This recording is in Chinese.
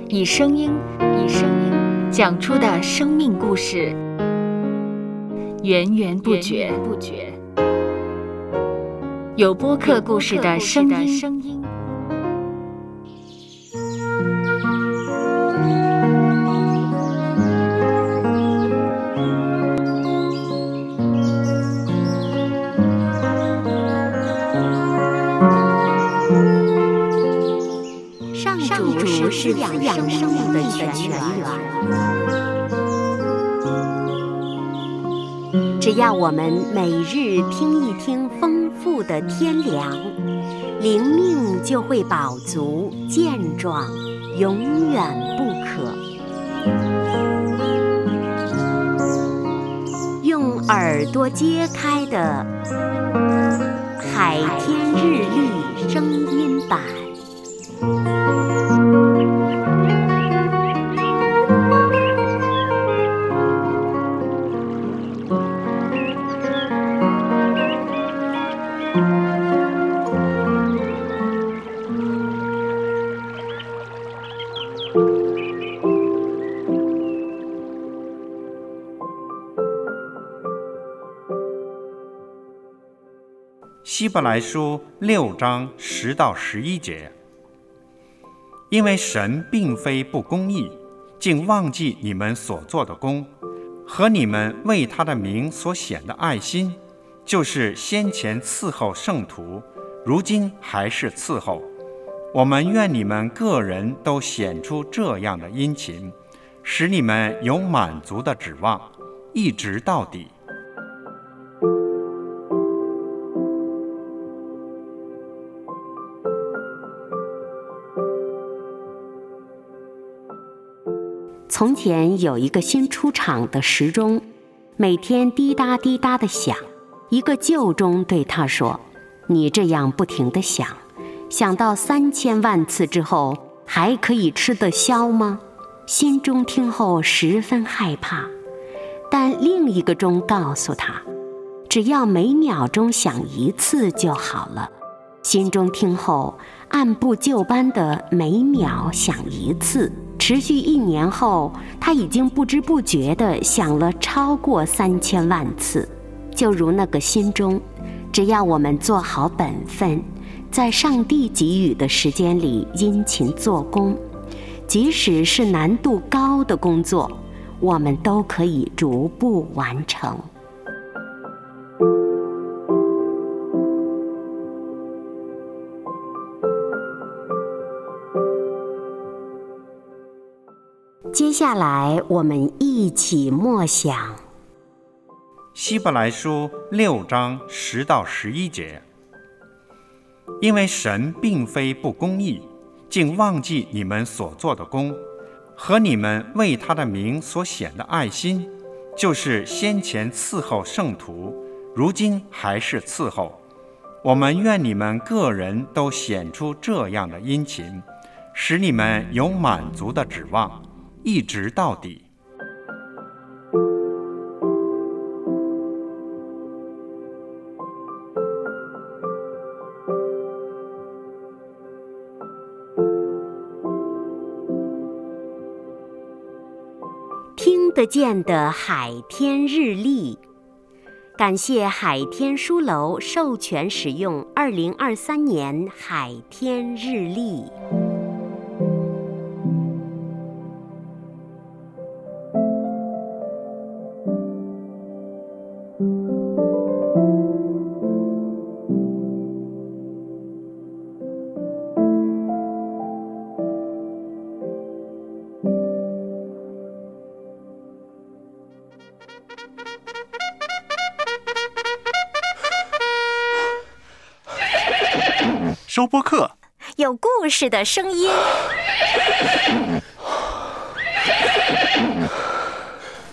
以声音讲出的生命故事，源源不绝。有播客故事的声音。 上主是养生命的泉源，只要我们每日听一听丰富的天粮，灵命就会饱足健壮，永远不渴。用耳朵揭开的海天日历声音版。 希伯来书6章10到11节，因为神并非不公义，竟忘记你们所做的功和你们为他的名所显的爱心，就是先前伺候圣徒，如今还是伺候。我们愿你们个人都显出这样的殷勤，使你们有满足的指望，一直到底。 从前有一个新出厂的时钟，每天滴答滴答地响。一个旧钟对他说：“你这样不停地响，响到3000万次之后，还可以吃得消吗？”新钟听后十分害怕，但另一个钟告诉他，只要每秒钟响一次就好了。新钟听后按部就班地每秒响一次，持续1年后，他已经不知不觉地响了超过3000万次。就如那个新钟，只要我们做好本分，在上帝给予的时间里殷勤做工，即使是难度高的工作，我们都可以逐步完成。接下来我们一起默想希伯来书6章10到11节，因为神并非不公义，竟忘记你们所做的功和你们为他的名所显的爱心，就是先前伺候圣徒，如今还是伺候。我们愿你们个人都显出这样的殷勤，使你们有满足的指望，一直到底。 听得见的海天日历，感谢海天书楼授权使用2023年海天日历。 收播客， 有故事的声音。